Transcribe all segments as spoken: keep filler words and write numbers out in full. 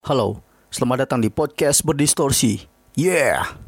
Halo, selamat datang di podcast Berdistorsi. Yeah!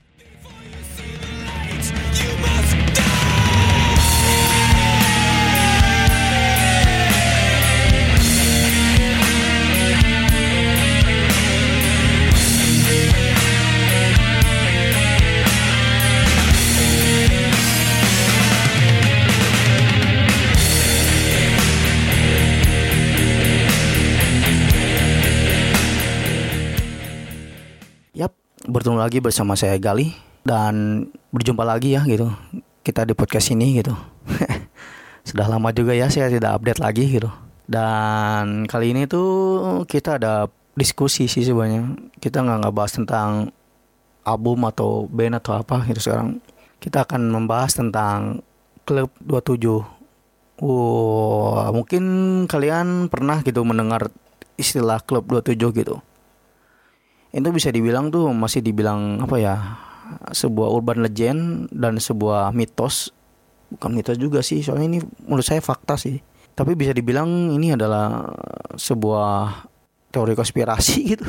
Yap, bertemu lagi bersama saya Gali. Dan berjumpa lagi ya gitu kita di podcast ini gitu. Sudah lama juga ya saya tidak update lagi gitu. Dan kali ini tuh kita ada diskusi sih sebenarnya. Kita gak ngebahas tentang album atau band atau apa gitu sekarang. Kita akan membahas tentang Club dua puluh tujuh. Wow, mungkin kalian pernah gitu mendengar istilah Club dua puluh tujuh gitu. Itu bisa dibilang tuh masih dibilang apa ya, sebuah urban legend dan sebuah mitos. Bukan mitos juga sih, soalnya ini menurut saya fakta sih. Tapi bisa dibilang ini adalah sebuah teori konspirasi gitu.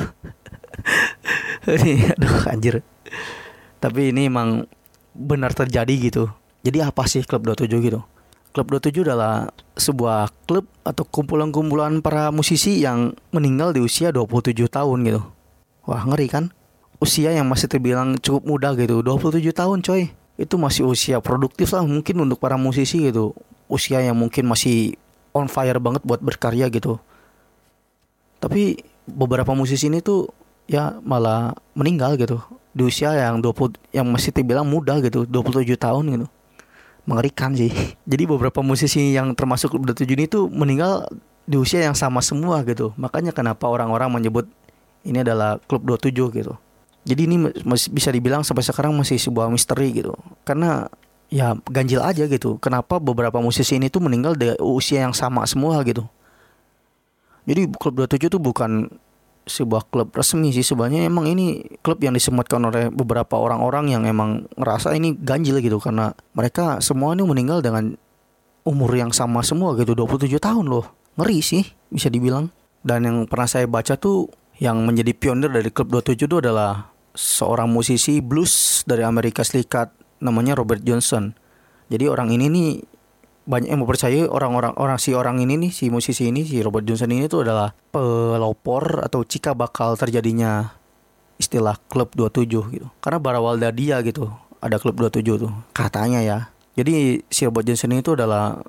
Ini aduh anjir. Tapi ini emang benar terjadi gitu. Jadi apa sih Club dua puluh tujuh gitu? Club dua puluh tujuh adalah sebuah klub atau kumpulan-kumpulan para musisi yang meninggal di usia dua puluh tujuh tahun gitu. Wah, ngeri kan? Usia yang masih terbilang cukup muda gitu. dua puluh tujuh tahun coy. Itu masih usia produktif lah mungkin untuk para musisi gitu. Usia yang mungkin masih on fire banget buat berkarya gitu. Tapi beberapa musisi ini tuh ya malah meninggal gitu di usia yang dua puluh yang masih terbilang muda gitu, dua puluh tujuh tahun gitu. Mengerikan sih. Jadi beberapa musisi yang termasuk Club dua puluh tujuh ini tuh meninggal di usia yang sama semua gitu. Makanya kenapa orang-orang menyebut ini adalah Club dua puluh tujuh gitu. Jadi ini masih bisa dibilang sampai sekarang masih sebuah misteri gitu. Karena ya ganjil aja gitu. Kenapa beberapa musisi ini tuh meninggal di usia yang sama semua gitu. Jadi Club dua puluh tujuh tuh bukan sebuah klub resmi sih. Sebenarnya emang ini klub yang disematkan oleh beberapa orang-orang yang emang ngerasa ini ganjil gitu. Karena mereka semua ini meninggal dengan umur yang sama semua gitu. dua puluh tujuh tahun loh. Ngeri sih bisa dibilang. Dan yang pernah saya baca tuh yang menjadi pionir dari Club dua puluh tujuh itu adalah seorang musisi blues dari Amerika Serikat namanya Robert Johnson. Jadi orang ini nih banyak yang mempercayai orang-orang orang si orang ini nih si musisi ini si Robert Johnson ini tuh adalah pelopor atau cikal bakal terjadinya istilah Club dua puluh tujuh gitu. Karena berawal dari dia gitu. Ada Club dua puluh tujuh tuh katanya ya. Jadi si Robert Johnson itu adalah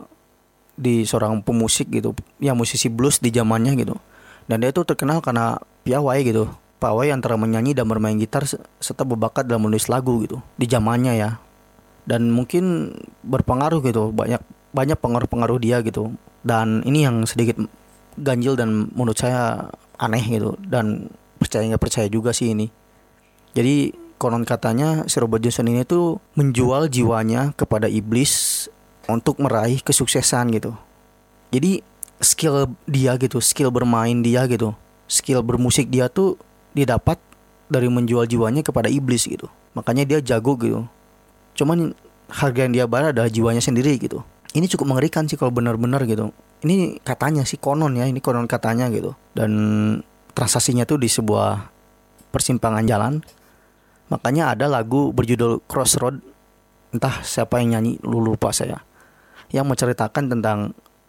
di seorang pemusik gitu, ya musisi blues di zamannya gitu. Dan dia tuh terkenal karena piawai gitu. Piawai antara menyanyi dan bermain gitar serta berbakat dalam menulis lagu gitu di zamannya ya. Dan mungkin berpengaruh gitu, banyak banyak pengaruh-pengaruh dia gitu. Dan ini yang sedikit ganjil dan menurut saya aneh gitu. Dan percaya nggak percaya juga sih ini. Jadi konon katanya si Robert Johnson ini tuh menjual jiwanya kepada iblis untuk meraih kesuksesan gitu. Jadi skill dia gitu, skill bermain dia gitu, skill bermusik dia tuh didapat dari menjual jiwanya kepada iblis gitu. Makanya dia jago gitu. Cuman harga yang dia bayar adalah jiwanya sendiri gitu. Ini cukup mengerikan sih kalau benar-benar gitu. Ini katanya sih konon ya, ini konon katanya gitu. Dan transaksinya tuh di sebuah persimpangan jalan. Makanya ada lagu berjudul Crossroad, entah siapa yang nyanyi, lupa saya, yang menceritakan tentang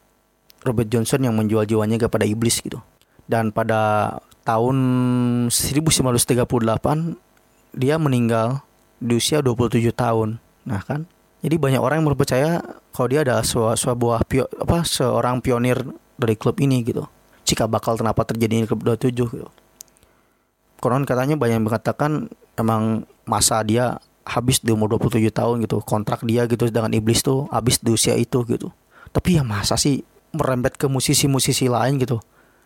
Robert Johnson yang menjual jiwanya kepada iblis gitu. Dan pada tahun seribu sembilan ratus tiga puluh delapan dia meninggal di usia dua puluh tujuh tahun. Nah kan, jadi banyak orang yang percaya kalau dia adalah sebuah, sebuah pio, apa seorang pionir dari klub ini gitu. Cikal bakal kenapa terjadi Club dua puluh tujuh gitu. Konon katanya banyak yang mengatakan emang masa dia habis di umur dua puluh tujuh tahun gitu. Kontrak dia gitu dengan iblis tuh habis di usia itu gitu. Tapi ya masa sih merembet ke musisi-musisi lain gitu.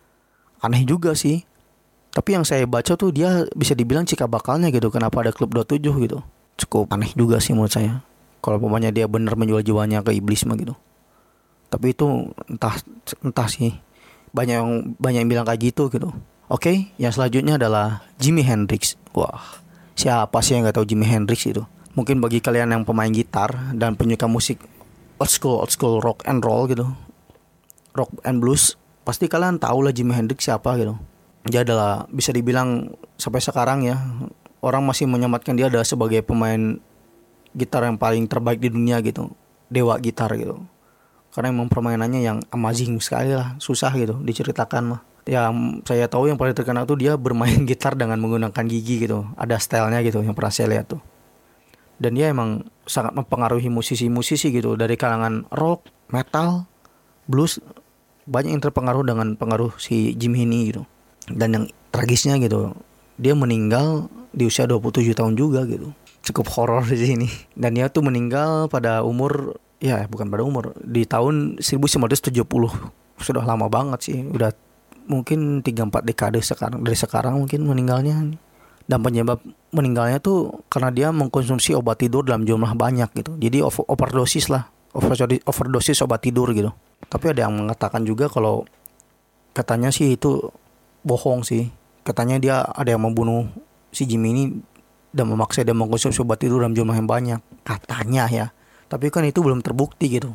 Aneh juga sih. Tapi yang saya baca tuh dia bisa dibilang cikal bakalnya gitu. Kenapa ada Club dua puluh tujuh gitu. Cukup aneh juga sih menurut saya. Kalau umpamanya dia benar menjual jiwanya ke iblis mah gitu. Tapi itu entah entah sih. Banyak yang banyak yang bilang kayak gitu gitu. Oke, yang selanjutnya adalah Jimi Hendrix. Wah, siapa sih yang enggak tahu Jimi Hendrix itu? Mungkin bagi kalian yang pemain gitar dan penyuka musik old school old school rock and roll gitu, rock and blues, pasti kalian tahu lah Jimi Hendrix siapa gitu. Dia adalah bisa dibilang sampai sekarang ya orang masih menyematkan dia adalah sebagai pemain gitar yang paling terbaik di dunia gitu, dewa gitar gitu. Karena emang permainannya yang amazing sekali lah, susah gitu diceritakan mah. Yang saya tahu yang paling terkenal tuh dia bermain gitar dengan menggunakan gigi gitu, ada stylenya gitu yang pernah saya lihat tuh. Dan dia emang sangat mempengaruhi musisi-musisi gitu dari kalangan rock, metal, blues, banyak yang terpengaruh dengan pengaruh si Jim Henney gitu. Dan yang tragisnya gitu, dia meninggal di usia dua puluh tujuh tahun juga gitu. Cukup horor di sini. Dan dia tuh meninggal pada umur, ya bukan pada umur, di tahun seribu sembilan ratus tujuh puluh. Sudah lama banget sih, udah mungkin tiga empat dekade sekarang dari sekarang mungkin meninggalnya. Dan penyebab meninggalnya tuh karena dia mengkonsumsi obat tidur dalam jumlah banyak gitu. Jadi overdosis lah, overdosis obat tidur gitu. Tapi ada yang mengatakan juga kalau katanya sih itu bohong sih. Katanya dia ada yang membunuh si Jim ini dan memaksa dia mengkonsumsi obat tidur dalam jumlah yang banyak. Katanya ya. Tapi kan itu belum terbukti gitu.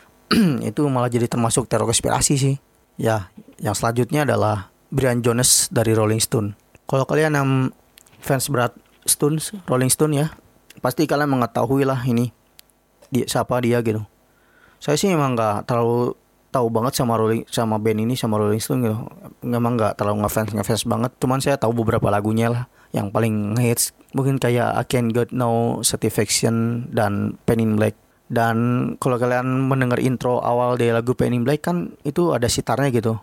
Itu malah jadi termasuk teror konspirasi sih. Ya, yang selanjutnya adalah Brian Jones dari Rolling Stone. Kalau kalian yang fans berat Stones, Rolling Stone ya, pasti kalian mengetahui lah ini dia, siapa dia gitu. Saya sih emang nggak terlalu tahu banget sama Rolling, sama band ini, sama Rolling Stone gitu. Memang nggak terlalu ngefans ngefans banget. Cuman saya tahu beberapa lagunya lah yang paling hits. Mungkin kayak I Can't Get No Satisfaction dan Pain in Black. Dan kalau kalian mendengar intro awal dari lagu Pain in Black kan itu ada sitarnya gitu.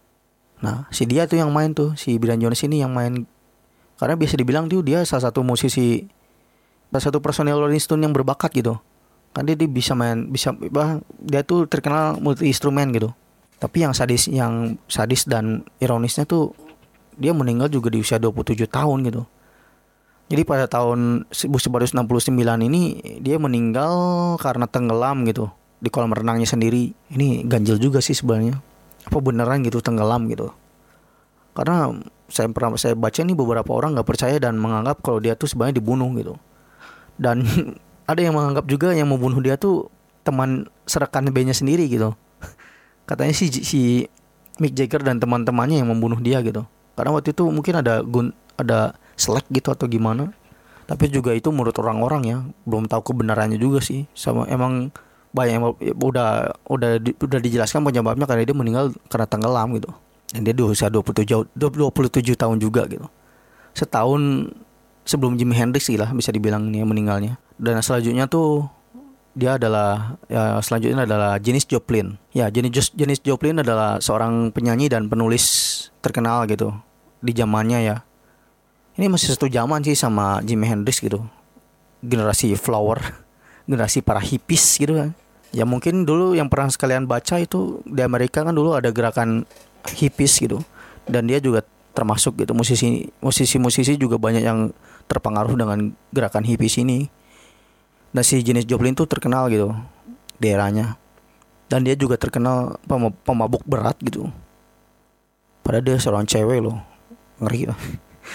Nah si dia tuh yang main tuh, si Brian Jones ini yang main. Karena bisa dibilang tuh dia salah satu musisi, salah satu personel Rolling Stone yang berbakat gitu. Kan dia, dia bisa main, bisa bah, dia tuh terkenal multi instrumen gitu. Tapi yang sadis, yang sadis dan ironisnya tuh dia meninggal juga di usia dua puluh tujuh tahun gitu. Jadi pada tahun seribu sembilan ratus enam puluh sembilan ini dia meninggal karena tenggelam gitu di kolam renangnya sendiri. Ini ganjil juga sih sebenarnya. Apa beneran gitu tenggelam gitu? Karena saya pernah saya baca nih beberapa orang nggak percaya dan menganggap kalau dia tuh sebenarnya dibunuh gitu. Dan ada yang menganggap juga yang membunuh dia tuh teman serekan bandnya sendiri gitu. Katanya si si Mick Jagger dan teman-temannya yang membunuh dia gitu. Karena waktu itu mungkin ada gun ada selek gitu atau gimana. Tapi juga itu menurut orang-orang ya, belum tahu kebenarannya juga sih. Sama emang banyak yang udah udah udah dijelaskan penyebabnya karena dia meninggal karena tenggelam gitu. Dan dia di usia dua puluh tujuh tahun juga gitu. Setahun sebelum Jimi Hendrix sih lah bisa dibilang ini meninggalnya. Dan selanjutnya tuh dia adalah ya selanjutnya adalah Janis Joplin. Ya, Janis Janis Joplin adalah seorang penyanyi dan penulis terkenal gitu di zamannya ya. Ini masih satu zaman sih sama Jimi Hendrix gitu. Generasi flower, generasi para hippies gitu kan. Ya mungkin dulu yang pernah sekalian baca itu di Amerika kan dulu ada gerakan hippies gitu. Dan dia juga termasuk gitu musisi musisi-musisi juga banyak yang terpengaruh dengan gerakan hippies ini. Dan si Janis Joplin tuh terkenal gitu di eranya. Dan dia juga terkenal pem- pemabuk berat gitu. Padahal dia seorang cewek loh. Ngeri lah.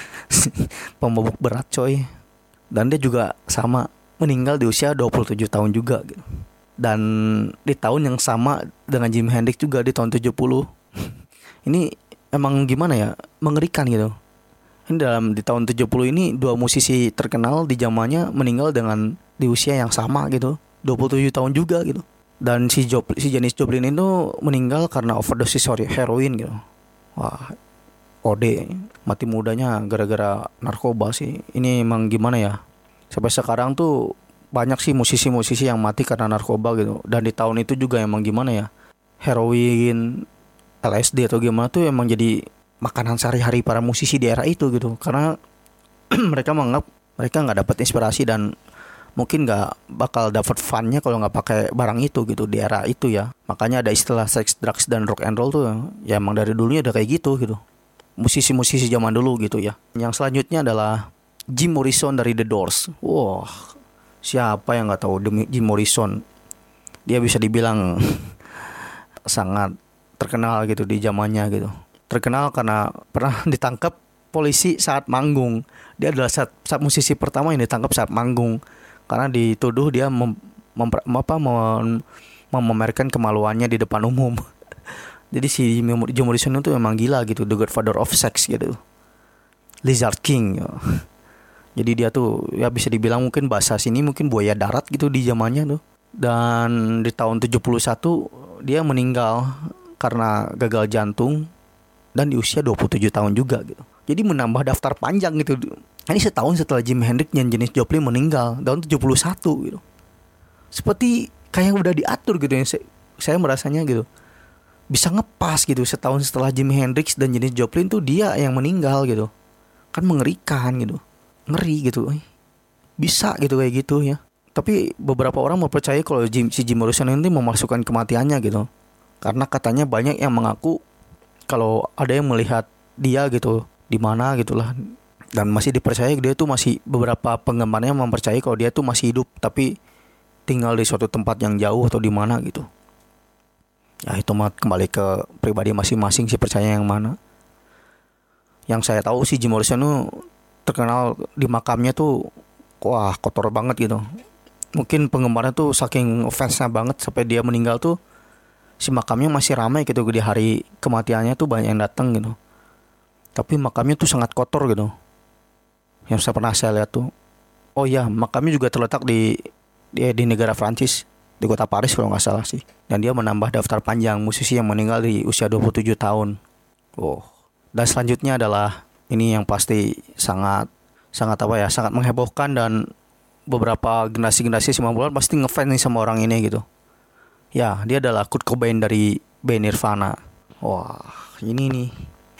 Pemabuk berat coy. Dan dia juga sama meninggal di usia dua puluh tujuh tahun juga gitu. Dan di tahun yang sama dengan Jimi Hendrix juga di tahun tujuh puluh. Ini emang gimana ya, mengerikan gitu. Ini dalam di tahun tujuh puluh ini dua musisi terkenal di zamannya meninggal dengan di usia yang sama gitu, dua puluh tujuh tahun juga gitu. Dan si Joplin, si Janis Joplin itu meninggal karena overdosis heroin gitu. Wah, O D, mati mudanya gara-gara narkoba sih. Ini emang gimana ya? Sampai sekarang tuh banyak sih musisi-musisi yang mati karena narkoba gitu. Dan di tahun itu juga emang gimana ya? Heroin, L S D atau gimana tuh emang jadi makanan sehari-hari para musisi di era itu gitu. Karena mereka menganggap mereka nggak dapat inspirasi dan mungkin nggak bakal dapat funnya kalau nggak pakai barang itu gitu di era itu ya. Makanya ada istilah sex, drugs dan rock and roll tuh ya emang dari dulunya udah kayak gitu gitu. Musisi-musisi zaman dulu gitu ya. Yang selanjutnya adalah Jim Morrison dari The Doors. Wah, siapa yang nggak tahu Jim Morrison? Dia bisa dibilang sangat terkenal gitu di zamannya gitu. Terkenal karena pernah ditangkap polisi saat manggung. Dia adalah saat, saat musisi pertama yang ditangkap saat manggung karena dituduh dia mem, mem, apa, mem, memamerkan kemaluannya di depan umum. Jadi si Jim Morrison itu memang gila gitu, the godfather of sex gitu, Lizard King ya. Jadi dia tuh ya bisa dibilang mungkin bahasa sini mungkin buaya darat gitu di zamannya tuh. Dan di tahun tujuh puluh satu dia meninggal karena gagal jantung dan di usia dua puluh tujuh tahun juga gitu. Jadi menambah daftar panjang gitu. Ini setahun setelah Jimi Hendrix dan Janis Joplin meninggal tahun tujuh puluh satu gitu. Seperti kayak udah diatur gitu ya, saya, saya merasanya gitu. Bisa ngepas gitu setahun setelah Jimi Hendrix dan Janis Joplin tuh dia yang meninggal gitu. Kan mengerikan gitu. Ngeri gitu. Bisa gitu kayak gitu ya. Tapi beberapa orang mempercayai kalau Jim, si Jim Morrison ini memasukkan kematiannya gitu. Karena katanya banyak yang mengaku kalau ada yang melihat dia gitu di mana gitulah, dan masih dipercaya dia tuh masih, beberapa penggemarnya mempercayai kalau dia tuh masih hidup tapi tinggal di suatu tempat yang jauh atau di mana gitu. Ya itu mah kembali ke pribadi masing-masing sih percaya yang mana. Yang saya tahu sih Jim Morrison tuh terkenal di makamnya tuh wah kotor banget gitu. Mungkin penggemarnya tuh saking fansnya banget sampai dia meninggal tuh si makamnya masih ramai gitu di hari kematiannya tuh banyak yang datang gitu. Tapi makamnya tuh sangat kotor gitu. Yang saya pernah saya lihat tuh. Oh iya, makamnya juga terletak di di, di negara Prancis, di kota Paris kalau nggak salah sih. Dan dia menambah daftar panjang musisi yang meninggal di usia dua puluh tujuh tahun. Oh. Dan selanjutnya adalah ini yang pasti sangat sangat apa ya, sangat menghebohkan dan beberapa generasi-generasi sembilan puluhan pasti ngefans nih sama orang ini gitu. Ya, dia adalah Kurt Cobain dari band Nirvana. Wah, ini nih.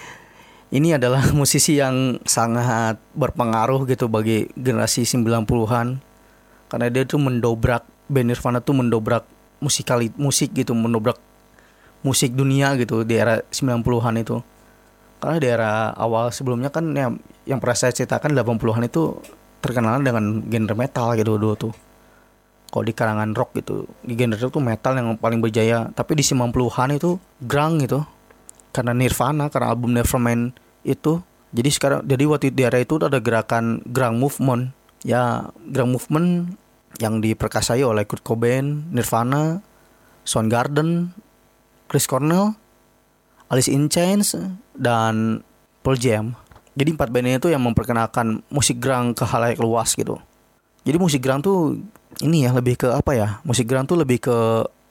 Ini adalah musisi yang sangat berpengaruh gitu bagi generasi sembilan puluhan. Karena dia tuh mendobrak, band Nirvana tuh mendobrak musikali, musik gitu, mendobrak musik dunia gitu di era sembilan puluhan itu. Karena di era awal sebelumnya kan yang, yang pernah saya ceritakan delapan puluhan itu terkenal dengan genre metal gitu dulu tuh. Kalau di kalangan rock gitu, di genre itu metal yang paling berjaya. Tapi di sembilan puluhan itu grunge gitu. Karena Nirvana, karena album Nevermind itu. Jadi sekarang, jadi waktu di era itu ada gerakan grunge movement. Ya, grunge movement yang diperkasai oleh Kurt Cobain, Nirvana, Soundgarden, Chris Cornell, Alice in Chains, dan Pearl Jam. Jadi empat band ini tuh yang memperkenalkan musik grunge ke halayak luas gitu. Jadi musik grunge tuh ini ya lebih ke apa ya? Musik grunge tuh lebih ke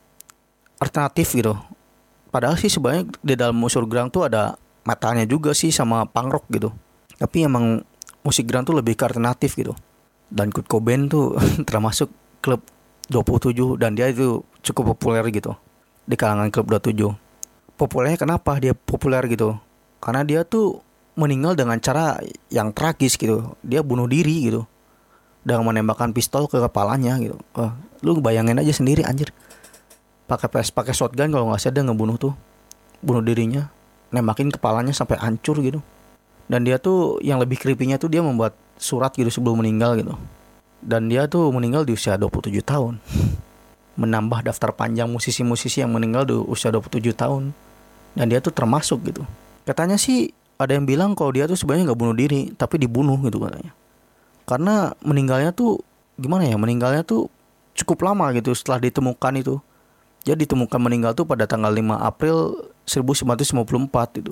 alternatif gitu. Padahal sih sebenarnya di dalam musik grunge tuh ada matanya juga sih sama punk rock gitu. Tapi emang musik grunge tuh lebih ke alternatif gitu. Dan Kurt Cobain tuh termasuk klub dua puluh tujuh dan dia itu cukup populer gitu di kalangan klub dua puluh tujuh. Populernya kenapa dia populer gitu? Karena dia tuh meninggal dengan cara yang tragis gitu. Dia bunuh diri gitu dengan menembakkan pistol ke kepalanya gitu. Wah, lu bayangin aja sendiri anjir. Pakai pakai shotgun kalau nggak salah dia ngebunuh tuh, bunuh dirinya, nembakin kepalanya sampai hancur gitu. Dan dia tuh yang lebih creepy-nya tuh dia membuat surat gitu sebelum meninggal gitu. Dan dia tuh meninggal di usia dua puluh tujuh tahun. Menambah daftar panjang musisi-musisi yang meninggal di usia dua puluh tujuh tahun. Dan dia tuh termasuk gitu. Katanya sih ada yang bilang kalau dia tuh sebenarnya nggak bunuh diri, tapi dibunuh gitu katanya. Karena meninggalnya tuh gimana ya? Meninggalnya tuh cukup lama gitu setelah ditemukan itu. Dia ditemukan meninggal tuh pada tanggal lima April seribu sembilan ratus lima puluh empat gitu.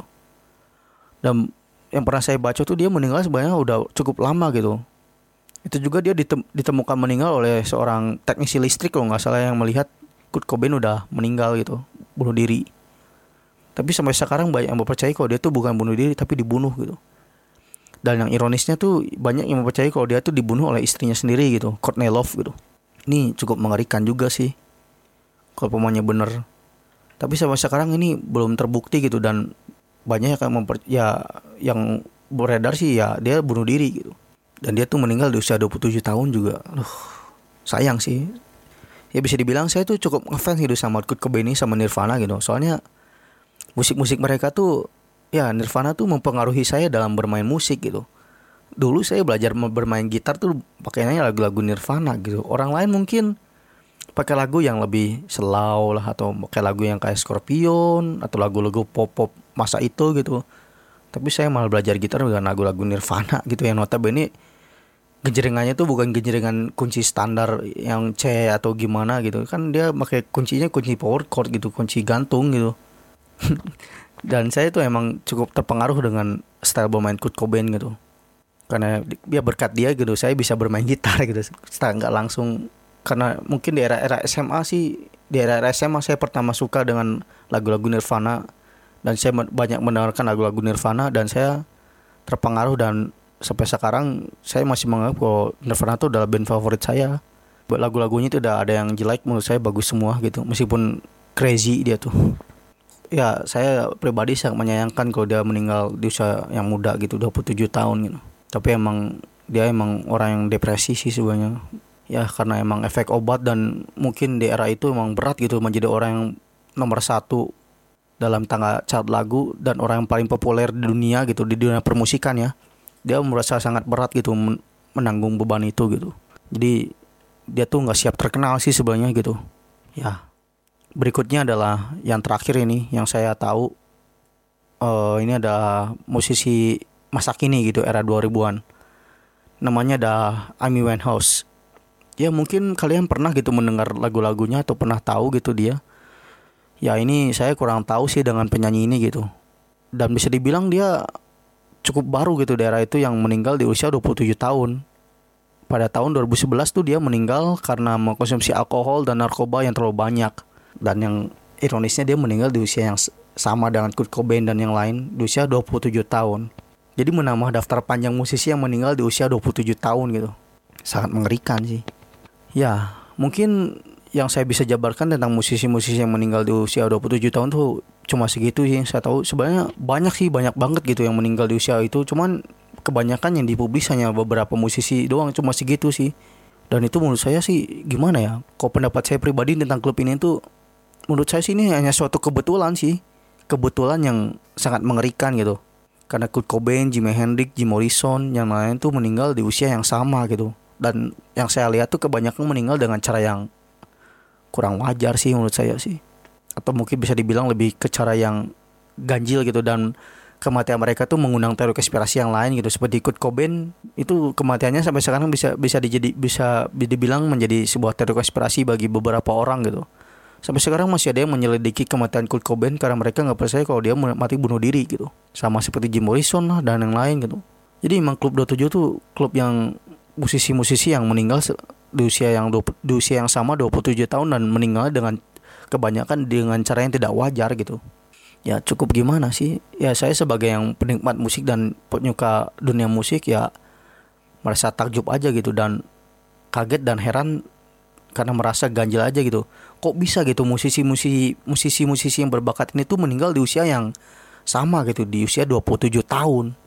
Dan yang pernah saya baca tuh dia meninggal sebenarnya udah cukup lama gitu. Itu juga dia ditem- ditemukan meninggal oleh seorang teknisi listrik kalau nggak salah yang melihat Kurt Cobain udah meninggal gitu, bunuh diri. Tapi sampai sekarang banyak yang mempercayai kalau dia tuh bukan bunuh diri tapi dibunuh gitu. Dan yang ironisnya tuh banyak yang mempercayai kalau dia tuh dibunuh oleh istrinya sendiri gitu, Courtney Love gitu. Ini cukup mengerikan juga sih kalau pemainnya bener. Tapi sampai sekarang ini belum terbukti gitu dan banyak yang memper ya yang beredar sih ya dia bunuh diri gitu. Dan dia tuh meninggal di usia dua puluh tujuh tahun juga. Aduh, sayang sih. Ya bisa dibilang saya tuh cukup ngefans gitu sama Kurt Cobain sama Nirvana gitu. Soalnya musik-musik mereka tuh ya Nirvana tuh mempengaruhi saya dalam bermain musik gitu. Dulu saya belajar bermain gitar tuh pakainya lagu-lagu Nirvana gitu. Orang lain mungkin pakai lagu yang lebih slow lah atau pakai lagu yang kayak Scorpion atau lagu-lagu pop-pop masa itu gitu. Tapi saya malah belajar gitar dengan lagu-lagu Nirvana gitu yang notabene genjrengannya tuh bukan genjrengan kunci standar yang C atau gimana gitu. Kan dia pakai kuncinya kunci power chord gitu, kunci gantung gitu. Dan saya tuh emang cukup terpengaruh dengan style bermain Kurt Cobain gitu. Karena dia berkat dia gitu saya bisa bermain gitar gitu. Setelah nggak langsung, karena mungkin di era-era S M A sih, di era-era S M A saya pertama suka dengan lagu-lagu Nirvana. Dan saya banyak mendengarkan lagu-lagu Nirvana dan saya terpengaruh, dan sampai sekarang saya masih menganggap kalau Nirvana itu adalah band favorit saya. Lagu-lagunya itu udah ada yang jelek, menurut saya bagus semua gitu, meskipun crazy dia tuh. Ya saya pribadi sangat menyayangkan kalau dia meninggal di usia yang muda gitu, dua puluh tujuh tahun gitu. Tapi emang dia emang orang yang depresi sih sebenarnya. Ya karena emang efek obat, dan mungkin di era itu emang berat gitu menjadi orang yang nomor satu dalam tangga chart lagu dan orang yang paling populer di dunia gitu, di dunia permusikan ya. Dia merasa sangat berat gitu menanggung beban itu gitu. Jadi dia tuh nggak siap terkenal sih sebenarnya gitu. Ya. Berikutnya adalah yang terakhir ini yang saya tahu, uh, ini adalah musisi masa kini gitu, era dua ribuan. Namanya ada Amy Winehouse. Ya mungkin kalian pernah gitu mendengar lagu-lagunya atau pernah tahu gitu dia. Ya ini saya kurang tahu sih dengan penyanyi ini gitu. Dan bisa dibilang dia cukup baru gitu di era itu, yang meninggal di usia dua puluh tujuh tahun. Pada tahun dua ribu sebelas tuh dia meninggal karena mengkonsumsi alkohol dan narkoba yang terlalu banyak. Dan yang ironisnya dia meninggal di usia yang sama dengan Kurt Cobain dan yang lain, di usia dua puluh tujuh tahun. Jadi menambah daftar panjang musisi yang meninggal di usia dua puluh tujuh tahun gitu. Sangat mengerikan sih. Ya, mungkin yang saya bisa jabarkan tentang musisi-musisi yang meninggal di usia dua puluh tujuh tahun tuh cuma segitu sih. Saya tahu sebenarnya banyak sih, banyak banget gitu yang meninggal di usia itu. Cuman kebanyakan yang dipublis hanya beberapa musisi doang, cuma segitu sih. Dan itu menurut saya sih gimana ya, kok pendapat saya pribadi tentang klub ini tuh, menurut saya sih ini hanya suatu kebetulan sih. Kebetulan yang sangat mengerikan gitu. Karena Kurt Cobain, Jimi Hendrix, Jim Morrison, yang lain tuh meninggal di usia yang sama gitu. Dan yang saya lihat tuh kebanyakan meninggal dengan cara yang kurang wajar sih menurut saya sih. Atau mungkin bisa dibilang lebih ke cara yang ganjil gitu. Dan kematian mereka tuh mengundang teori konspirasi yang lain gitu. Seperti Kurt Cobain itu kematiannya sampai sekarang bisa bisa dijadi, bisa dibilang menjadi sebuah teori konspirasi bagi beberapa orang gitu. Sampai sekarang masih ada yang menyelidiki kematian Kurt Cobain karena mereka nggak percaya kalau dia mati bunuh diri gitu. Sama seperti Jim Morrison lah dan yang lain gitu. Jadi emang klub dua puluh tujuh tuh klub yang musisi-musisi yang meninggal di usia yang di usia yang sama dua puluh tujuh tahun, dan meninggal dengan kebanyakan dengan cara yang tidak wajar gitu. Ya cukup gimana sih? Ya saya sebagai yang penikmat musik dan penyuka dunia musik ya merasa takjub aja gitu, dan kaget dan heran karena merasa ganjil aja gitu. Kok bisa gitu musisi-musisi musisi-musisi yang berbakat ini tuh meninggal di usia yang sama gitu, di usia dua puluh tujuh tahun.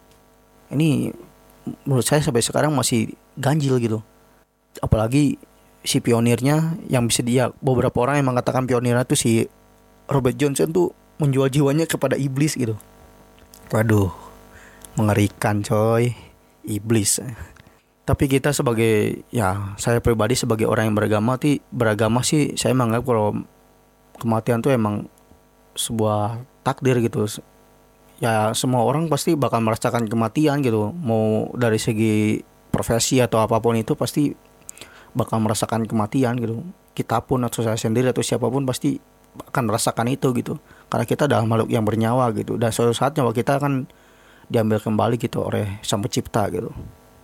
Ini menurut saya sampai sekarang masih ganjil gitu. Apalagi si pionirnya yang bisa dia, beberapa orang yang mengatakan pionirnya tuh si Robert Johnson tuh menjual jiwanya kepada iblis gitu. Waduh, mengerikan coy, iblis. Tapi kita sebagai, ya saya pribadi sebagai orang yang beragama sih, beragama sih saya menganggap kalau kematian tuh emang sebuah takdir gitu. Ya semua orang pasti bakal merasakan kematian gitu. Mau dari segi profesi atau apapun itu pasti bakal merasakan kematian gitu. Kita pun atau saya sendiri atau siapapun pasti akan merasakan itu gitu. Karena kita adalah makhluk yang bernyawa gitu. Dan suatu saat nyawa kita akan diambil kembali gitu oleh Sang Pencipta gitu.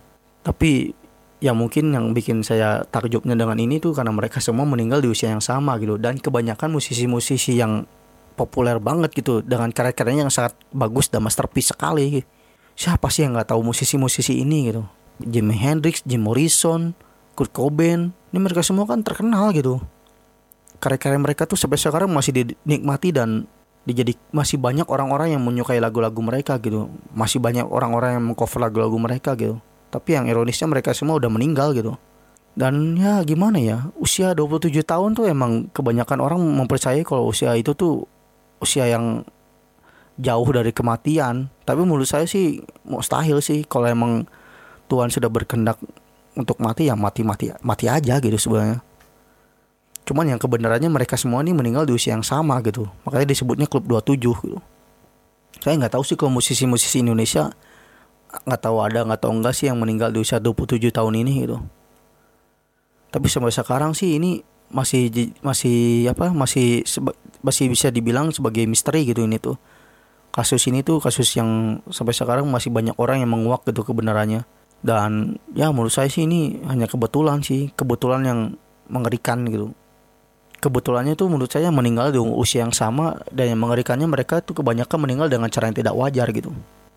Tapi ya mungkin yang bikin saya takjubnya dengan ini tuh karena mereka semua meninggal di usia yang sama gitu. Dan kebanyakan musisi-musisi yang populer banget gitu, dengan karya-karyanya yang sangat bagus dan masterpiece sekali. Siapa sih yang gak tahu musisi-musisi ini gitu? Jimi Hendrix, Jim Morrison, Kurt Cobain, ini mereka semua kan terkenal gitu. Karya-karya mereka tuh sampai sekarang masih dinikmati dan dijadi, masih banyak orang-orang yang menyukai lagu-lagu mereka gitu. Masih banyak orang-orang yang mengcover lagu-lagu mereka gitu. Tapi yang ironisnya mereka semua udah meninggal gitu. Dan ya gimana ya, usia dua puluh tujuh tahun tuh emang kebanyakan orang mempercayai kalau usia itu tuh usia yang jauh dari kematian. Tapi menurut saya sih mustahil sih. Kalau emang Tuhan sudah berkehendak untuk mati, ya mati-mati mati aja gitu sebenarnya. Cuman yang kebenarannya mereka semua ini meninggal di usia yang sama gitu. Makanya disebutnya klub dua puluh tujuh gitu. Saya gak tahu sih kalau musisi-musisi Indonesia, nggak tahu ada nggak tahu enggak sih yang meninggal di usia dua puluh tujuh tahun ini gitu. Tapi sampai sekarang sih ini masih masih apa masih seba, masih bisa dibilang sebagai misteri gitu ini tuh. Kasus ini tuh kasus yang sampai sekarang masih banyak orang yang menguak gitu kebenarannya. Dan ya menurut saya sih ini hanya kebetulan sih, kebetulan yang mengerikan gitu. Kebetulannya tuh menurut saya meninggal di usia yang sama, dan yang mengerikannya mereka tuh kebanyakan meninggal dengan cara yang tidak wajar gitu.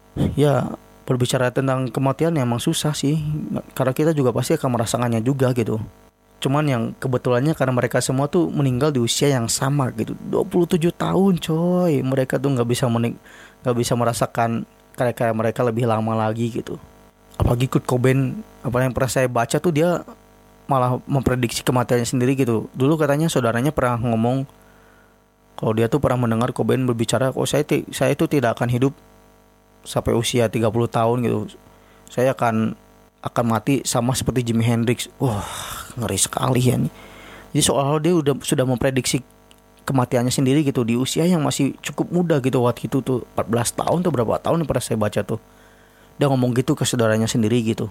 Ya berbicara tentang kematian ya emang susah sih, karena kita juga pasti akan merasakannya juga gitu. Cuman yang kebetulannya karena mereka semua tuh meninggal di usia yang sama gitu, dua puluh tujuh tahun coy. Mereka tuh gak bisa menik gak bisa merasakan karya-karya mereka lebih lama lagi gitu. Apalagi Kurt Cobain, apa yang pernah saya baca tuh dia malah memprediksi kematiannya sendiri gitu. Dulu katanya saudaranya pernah ngomong kalau dia tuh pernah mendengar Cobain berbicara, "Oh saya t- saya tuh tidak akan hidup sampai usia tiga puluh tahun gitu. Saya akan akan mati sama seperti Jimi Hendrix." Wah, ngeri sekali ya nih. Jadi seolah-olah dia udah sudah memprediksi kematiannya sendiri gitu di usia yang masih cukup muda gitu. Waktu itu tuh empat belas tahun tuh berapa tahun yang pernah saya baca tuh. Dia ngomong gitu ke saudaranya sendiri gitu.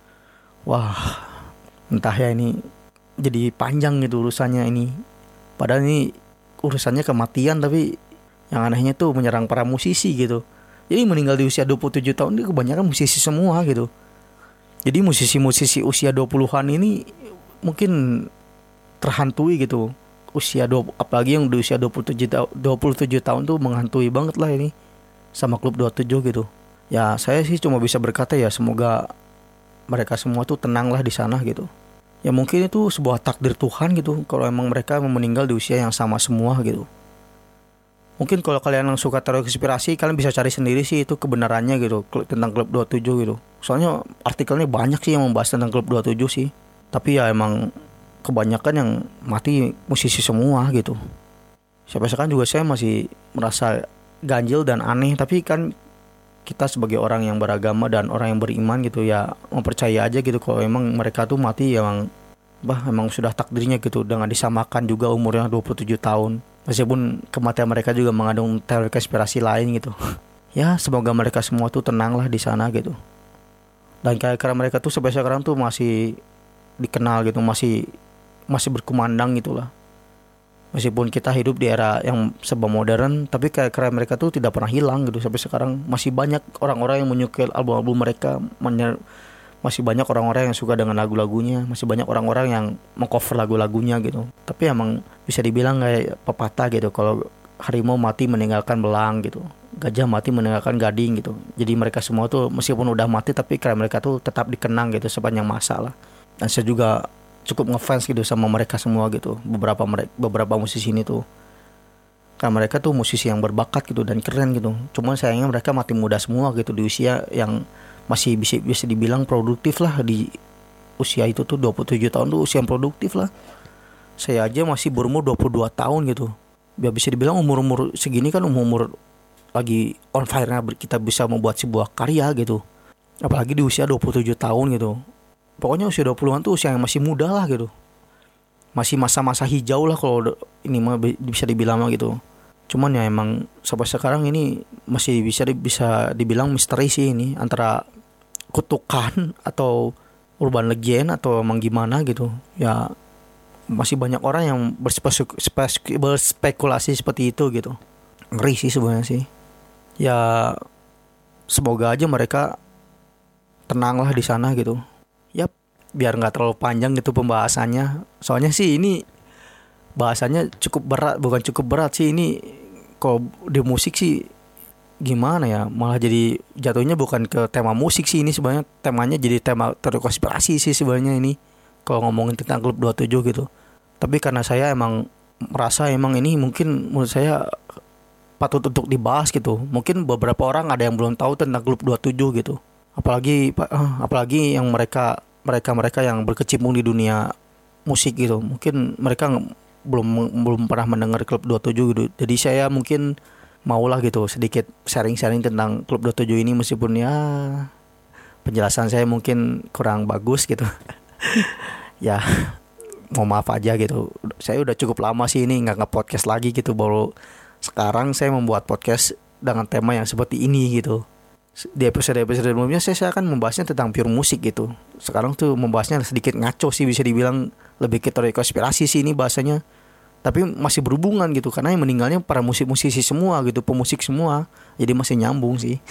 Wah, entah ya ini jadi panjang gitu urusannya ini. Padahal ini urusannya kematian, tapi yang anehnya tuh menyerang para musisi gitu. Jadi meninggal di usia dua puluh tujuh tahun ini kebanyakan musisi semua gitu. Jadi musisi-musisi usia dua puluhan ini mungkin terhantui gitu. Usia dua, apalagi yang di usia dua puluh tujuh tahun dua puluh tujuh tahun tuh menghantui banget lah ini sama klub dua puluh tujuh gitu. Ya saya sih cuma bisa berkata ya semoga mereka semua tuh tenanglah di sana gitu. Ya mungkin itu sebuah takdir Tuhan gitu kalau emang mereka meninggal di usia yang sama semua gitu. Mungkin kalau kalian yang suka teori konspirasi, kalian bisa cari sendiri sih itu kebenarannya gitu tentang klub dua puluh tujuh gitu. Soalnya artikelnya banyak sih yang membahas tentang klub dua puluh tujuh sih. Tapi ya emang kebanyakan yang mati musisi semua gitu. Sampai sekarang juga saya masih merasa ganjil dan aneh, tapi kan kita sebagai orang yang beragama dan orang yang beriman gitu ya mempercaya aja gitu kalau emang mereka tuh mati ya emang bah emang sudah takdirnya gitu, dengan disamakan juga umurnya dua puluh tujuh tahun. Meskipun kematian mereka juga mengandung teori konspirasi lain gitu. Ya semoga mereka semua tuh tenanglah di sana gitu. Dan karena mereka tuh sampai sekarang tuh masih dikenal gitu, masih masih berkumandang gitulah. Meskipun kita hidup di era yang serba modern, tapi karya mereka tuh tidak pernah hilang gitu sampai sekarang. Masih banyak orang-orang yang menyukai album-album mereka, menyer- masih banyak orang-orang yang suka dengan lagu-lagunya, masih banyak orang-orang yang mengcover lagu-lagunya gitu. Tapi emang bisa dibilang kayak pepatah gitu, kalau harimau mati meninggalkan belang gitu, gajah mati meninggalkan gading gitu. Jadi mereka semua tuh meskipun udah mati, tapi karya mereka tuh tetap dikenang gitu sepanjang masa lah. Dan saya juga cukup ngefans gitu sama mereka semua gitu. Beberapa mereka, beberapa musisi ini tuh, karena mereka tuh musisi yang berbakat gitu dan keren gitu. Cuman sayangnya mereka mati muda semua gitu di usia yang masih bisa bisa dibilang produktif lah. Di usia itu tuh dua puluh tujuh tahun tuh usia yang produktif lah. Saya aja masih berumur dua puluh dua tahun gitu. Ya bisa dibilang umur-umur segini kan umur-umur lagi on fire-nya kita bisa membuat sebuah karya gitu. Apalagi di usia dua puluh tujuh tahun gitu. Pokoknya usia dua puluhan tuh usia yang masih muda lah gitu. Masih masa-masa hijau lah kalau ini mah bisa dibilang gitu. Cuman ya emang sampai sekarang ini masih bisa bisa dibilang misteri sih ini, antara kutukan atau urban legend atau emang gimana gitu. Ya masih banyak orang yang berspek- spek- berspekulasi seperti itu gitu. Ngeri sih sebenarnya sih. Ya semoga aja mereka tenanglah di sana gitu. Yap, biar nggak terlalu panjang gitu pembahasannya. Soalnya sih ini bahasanya cukup berat, bukan cukup berat sih ini. Kalau di musik sih gimana ya, malah jadi jatuhnya bukan ke tema musik sih ini sebenarnya, temanya jadi tema teori konspirasi sih sebenarnya ini kalau ngomongin tentang klub dua puluh tujuh gitu. Tapi karena saya emang merasa emang ini mungkin menurut saya patut untuk dibahas gitu. Mungkin beberapa orang ada yang belum tahu tentang klub dua puluh tujuh gitu. Apalagi apalagi yang mereka mereka-mereka yang berkecimpung di dunia musik gitu. Mungkin mereka belum belum pernah mendengar klub dua puluh tujuh gitu. Jadi saya mungkin maulah gitu sedikit sharing-sharing tentang klub dua puluh tujuh ini, meskipun ya penjelasan saya mungkin kurang bagus gitu. Ya mau maaf aja gitu. Saya udah cukup lama sih ini nggak nge-podcast lagi gitu, baru sekarang saya membuat podcast dengan tema yang seperti ini gitu. Di episode-episode sebelumnya saya, saya akan membahasnya tentang pure musik gitu. Sekarang tuh membahasnya sedikit ngaco sih bisa dibilang, lebih ke teori konspirasi sih ini bahasanya. Tapi masih berhubungan gitu karena yang meninggalnya para musik-musisi semua gitu, pemusik semua. Jadi masih nyambung sih.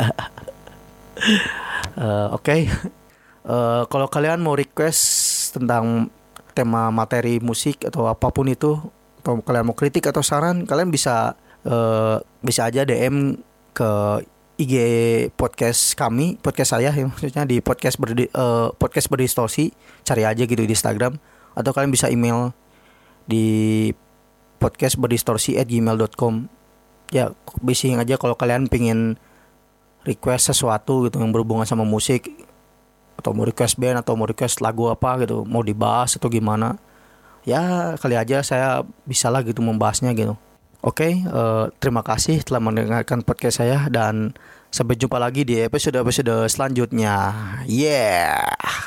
Uh, Oke, okay. uh, kalau kalian mau request tentang tema materi musik atau apapun itu, atau kalian mau kritik atau saran, kalian bisa uh, bisa aja D M ke I G podcast kami, podcast saya ya, maksudnya di podcast berdi, uh, podcast berdistorsi, cari aja gitu di Instagram, atau kalian bisa email di podcast berdistorsi at gmail dot com. Ya, bising aja kalau kalian pengen request sesuatu gitu yang berhubungan sama musik, atau mau request band atau mau request lagu apa gitu, mau dibahas atau gimana. Ya kali aja saya bisa lah gitu membahasnya gitu. Oke, okay, uh, terima kasih telah mendengarkan podcast saya dan sampai jumpa lagi di episode-episode selanjutnya. Yeah.